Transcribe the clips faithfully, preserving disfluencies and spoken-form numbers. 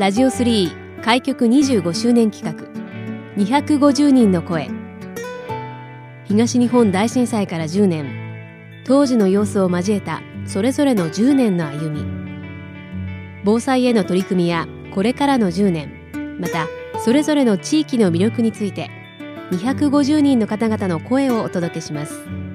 ラジオスリー開局にじゅうごしゅうねん企画にひゃくごじゅうにんの声。東日本大震災からじゅうねん、当時の様子を交えたそれぞれのじゅうねんの歩み、防災への取り組みやこれからのじゅうねん、またそれぞれの地域の魅力についてにひゃくごじゅうにんの方々の声をお届けします。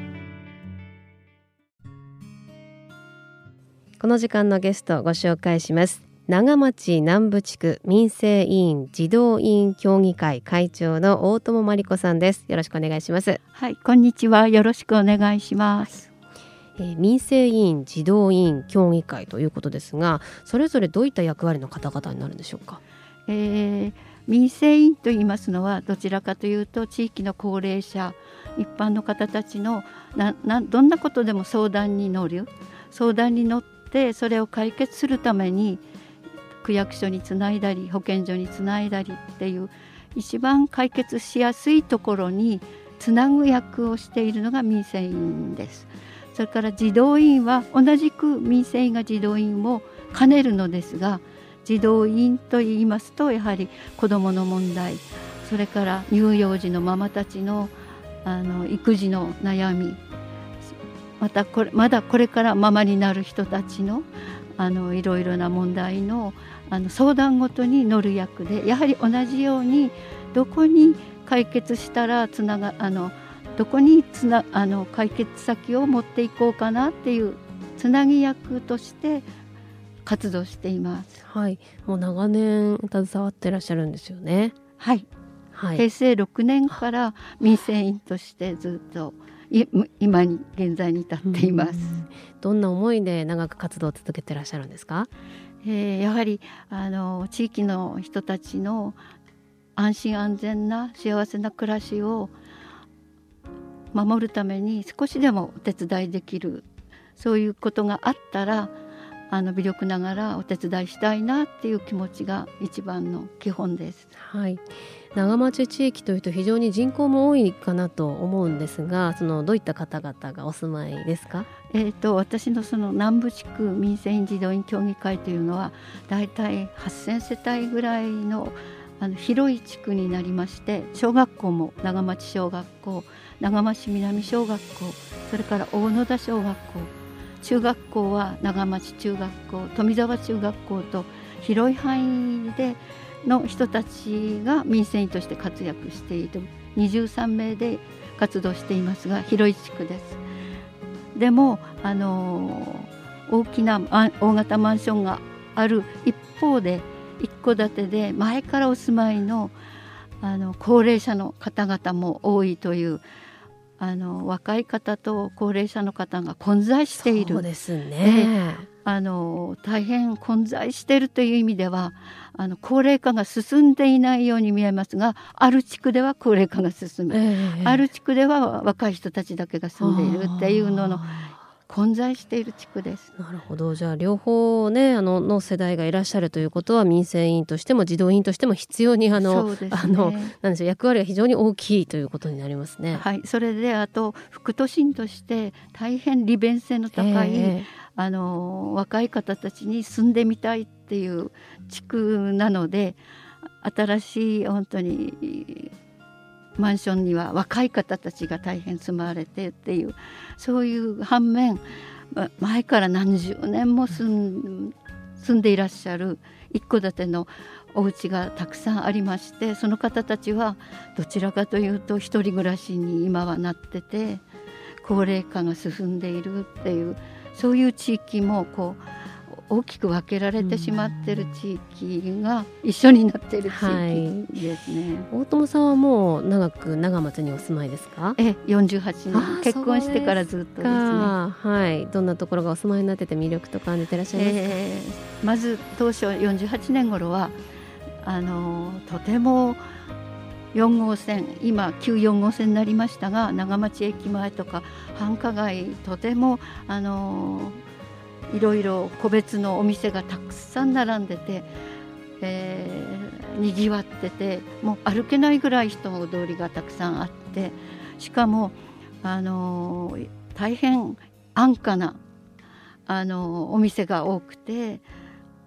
この時間のゲストをご紹介します。長町南部地区民生委員児童委員協議会会長の大友真理子さんです。よろしくお願いします。 はい、こんにちは。よろしくお願いします。 えー、民生委員児童委員協議会ということですが、それぞれどういった役割の方々になるんでしょうか。 えー、民生委員といいますのはどちらかというと地域の高齢者一般の方たちのななどんなことでも相談に乗る相談に乗ってそれを解決するために区役所につないだり保健所につないだりっていう一番解決しやすいところにつなぐ役をしているのが民生委員です。それから児童委員は同じく民生委員が児童委員を兼ねるのですが、児童委員といいますとやはり子どもの問題、それから乳幼児のママたちの、あの育児の悩み、またこれまだこれからママになる人たちのあのいろいろな問題の、あの相談ごとに乗る役で、やはり同じようにどこに解決したらつながあのどこにつなあの解決先を持っていこうかなっていうつなぎ役として活動しています。 はい、もう長年携わっていらっしゃるんですよね。 はい、はい、へいせいろくねんから民生委員としてずっと今に現在に至っています。 どんな思いで長く活動を続けていらっしゃるんですか。 えー、やはりあの地域の人たちの安心安全な幸せな暮らしを守るために少しでもお手伝いできる、そういうことがあったらあの微力ながらお手伝いしたいなっていう気持ちが一番の基本です。 はい、長町地域というと非常に人口も多いかなと思うんですが、そのどういった方々がお住まいですか。 えー、と私のその南部地区民生委員児童委員協議会というのはだいたいはっせんせたいぐらいの、あの広い地区になりまして、小学校も長町小学校、長町南小学校、それから大野田小学校、中学校は長町中学校、富沢中学校と広い範囲での人たちが民生委員として活躍しているにじゅうさんめいで活動していますが、広い地区です。でもあの大きな大型マンションがある一方で一戸建てで前からお住まいの、あの高齢者の方々も多いという、あの若い方と高齢者の方が混在している。 そうですね、 あの大変混在しているという意味ではあの高齢化が進んでいないように見えますが、ある地区では高齢化が進む、えー、ある地区では若い人たちだけが住んでいるっていうのの混在している地区です。 なるほど。じゃあ両方ね、あのの世代がいらっしゃるということは民生委員としても児童委員としても必要にあの、 そうですね、 あのなんでしょう、役割が非常に大きいということになりますね。 はい、それであと副都心として大変利便性の高い、えー、あの若い方たちに住んでみたいっていう地区なので、新しい本当にマンションには若い方たちが大変住まわれてっていう、そういう反面前から何十年も住ん、住んでいらっしゃる一戸建てのお家がたくさんありまして、その方たちはどちらかというと一人暮らしに今はなってて高齢化が進んでいるっていう、そういう地域もこう大きく分けられてしまっている地域が一緒になっている地域ですね。 はい、大友さんはもう長く長松にお住まいですか。 えよんじゅうはちねん、結婚してからずっとですね。 はい、どんなところがお住まいになってて魅力と感じていらっしゃいますか。 えー、まず当初よんじゅうはちねん頃はあのとてもよんごうせん、今旧よんごうせんになりましたが、長町駅前とか繁華街とてもあのいろいろ個別のお店がたくさん並んでて、えー、にぎわってて、もう歩けないぐらい人通りがたくさんあって、しかもあの大変安価なあのお店が多くて、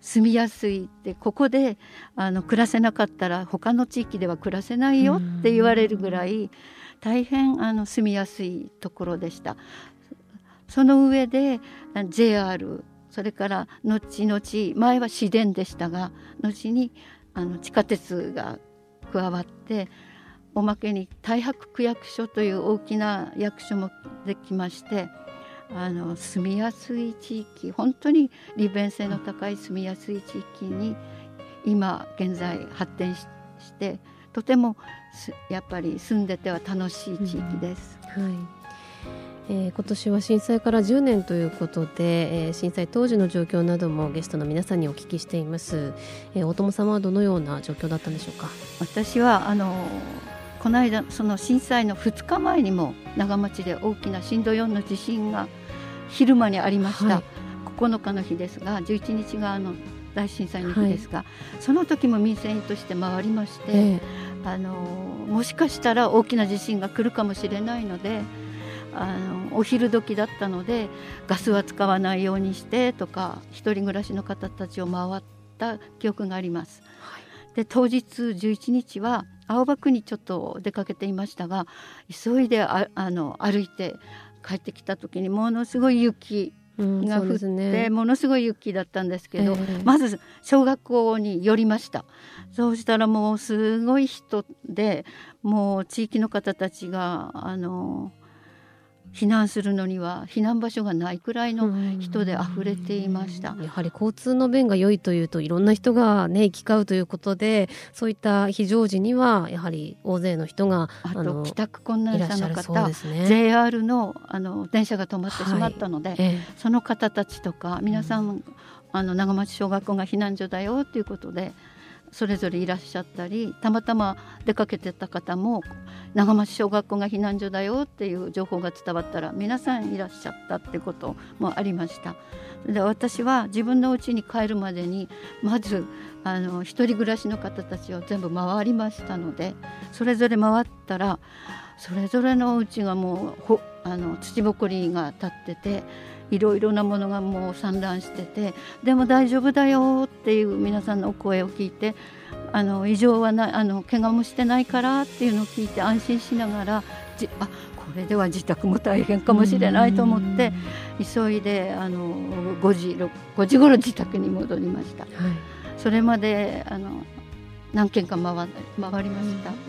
住みやすいって、ここであの暮らせなかったら他の地域では暮らせないよって言われるぐらい大変あの住みやすいところでした。その上で ジェイアール、 それから後々前は市電でしたが後にあの地下鉄が加わって、おまけに太白区役所という大きな役所もできまして、あの住みやすい地域、本当に利便性の高い住みやすい地域に今現在発展 し, してとてもやっぱり住んでては楽しい地域です、 うんはいえー、今年は震災からじゅうねんということで、えー、震災当時の状況などもゲストの皆さんにお聞きしています、えー、大友さんはどのような状況だったんでしょうか。 私はあのこの間その震災のふつかまえにも長町で大きな震度よんの地震が昼間にありました、はい、ここのかの日ですがじゅういちにちがあの大震災の日ですが、はい、その時も民生委員として回りまして、えー、あのもしかしたら大きな地震が来るかもしれないので、あのお昼時だったのでガスは使わないようにしてとか一人暮らしの方たちを回った記憶があります、はい、で当日じゅういちにちは青葉区にちょっと出かけていましたが、急いでああの歩いて帰ってきた時にものすごい雪が降って、うんね、ものすごい雪だったんですけど、えー、まず小学校に寄りました。そうしたらもうすごい人で、もう地域の方たちがあの避難するのには避難場所がないくらいの人であふれていました。 やはり交通の便が良いというといろんな人が、ね、行き交うということで、そういった非常時にはやはり大勢の人があと帰宅困難者の方、 ね、 ジェイアール の, あの電車が止まってしまったので、はいええ、その方たちとか皆さん、うん、あの長町小学校が避難所だよということでそれぞれいらっしゃったり、たまたま出かけてた方も長町小学校が避難所だよっていう情報が伝わったら皆さんいらっしゃったってこともありました。で私は自分の家に帰るまでにまずあの一人暮らしの方たちを全部回りましたので、それぞれ回ったらそれぞれの家がもうほあの土ぼこりが立ってて、いろいろなものがもう散乱してて、でも大丈夫だよっていう皆さんのお声を聞いて、あの異常はない、あの怪我もしてないからっていうのを聞いて安心しながら、じあこれでは自宅も大変かもしれないと思って急いであのごじ、ごじ頃自宅に戻りました、はい、それまであの何軒か 回, 回りました、うん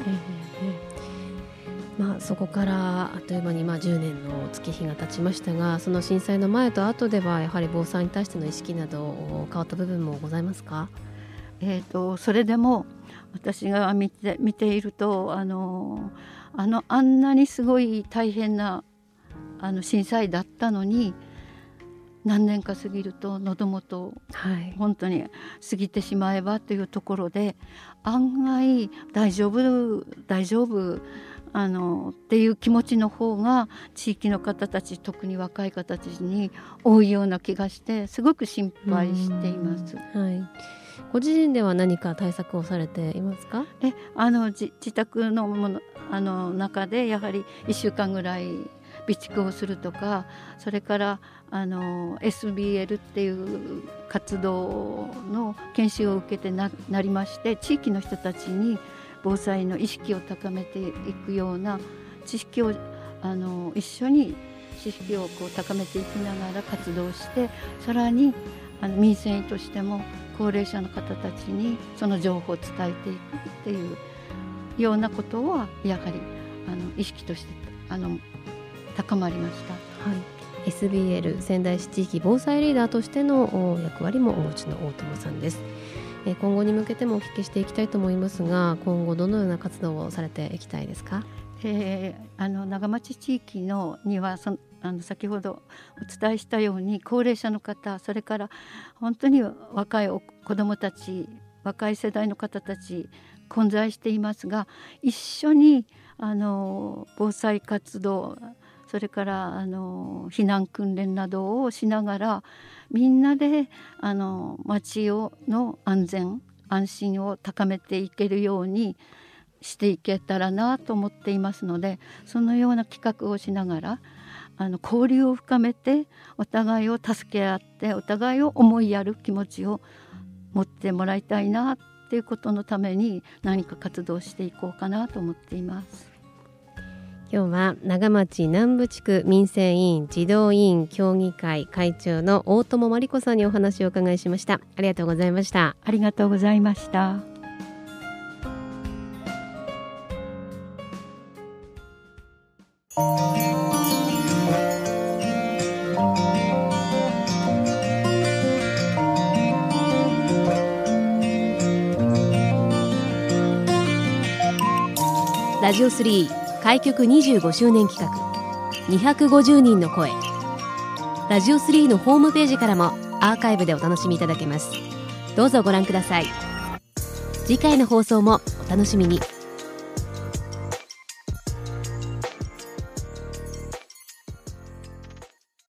まあ、そこからあっという間にまあじゅうねんの月日が経ちましたが、その震災の前と後ではやはり防災に対しての意識など変わった部分もございますか。 えーと、それでも私が見て、見ているとあのあのあんなにすごい大変なあの震災だったのに、何年か過ぎると喉元を本当に過ぎてしまえばというところで、案外大丈夫大丈夫あのっていう気持ちの方が地域の方たち、特に若い方たちに多いような気がして、すごく心配しています、 はい、ご自身では何か対策をされていますか。 えあの自宅のものあの中でやはりいっしゅうかんぐらい備蓄をするとか、それからあの エスビーエル っていう活動の研修を受けて な, なりまして、地域の人たちに防災の意識を高めていくような知識をあの一緒に知識をこう高めていきながら活動して、さらにあの民生委員としても高齢者の方たちにその情報を伝えていくっていうようなことはやはりあの意識としてあの高まりました、 はい、エスビーエル 仙台市地域防災リーダーとしての役割もお持ちの大友さんです。今後に向けてもお聞きしていきたいと思いますが、今後どのような活動をされていきたいですか。 えー、あの長町地域のにはそあの先ほどお伝えしたように高齢者の方、それから本当に若い子どもたち、若い世代の方たち混在していますが、一緒にあの防災活動、それからあの避難訓練などをしながら、みんなであの町をの安全安心を高めていけるようにしていけたらなと思っていますので、そのような企画をしながらあの交流を深めて、お互いを助け合って、お互いを思いやる気持ちを持ってもらいたいなっていうことのために何か活動していこうかなと思っています。 今日は長町南部地区民生委員児童委員協議会会長の大友真理子さんにお話をお伺いしました。ありがとうございました。 ありがとうございました。 ラジオスリー開局にじゅうごしゅうねん企画にひゃくごじゅうにんの声。ラジオスリーのホームページからもアーカイブでお楽しみいただけます。どうぞご覧ください。次回の放送もお楽しみに。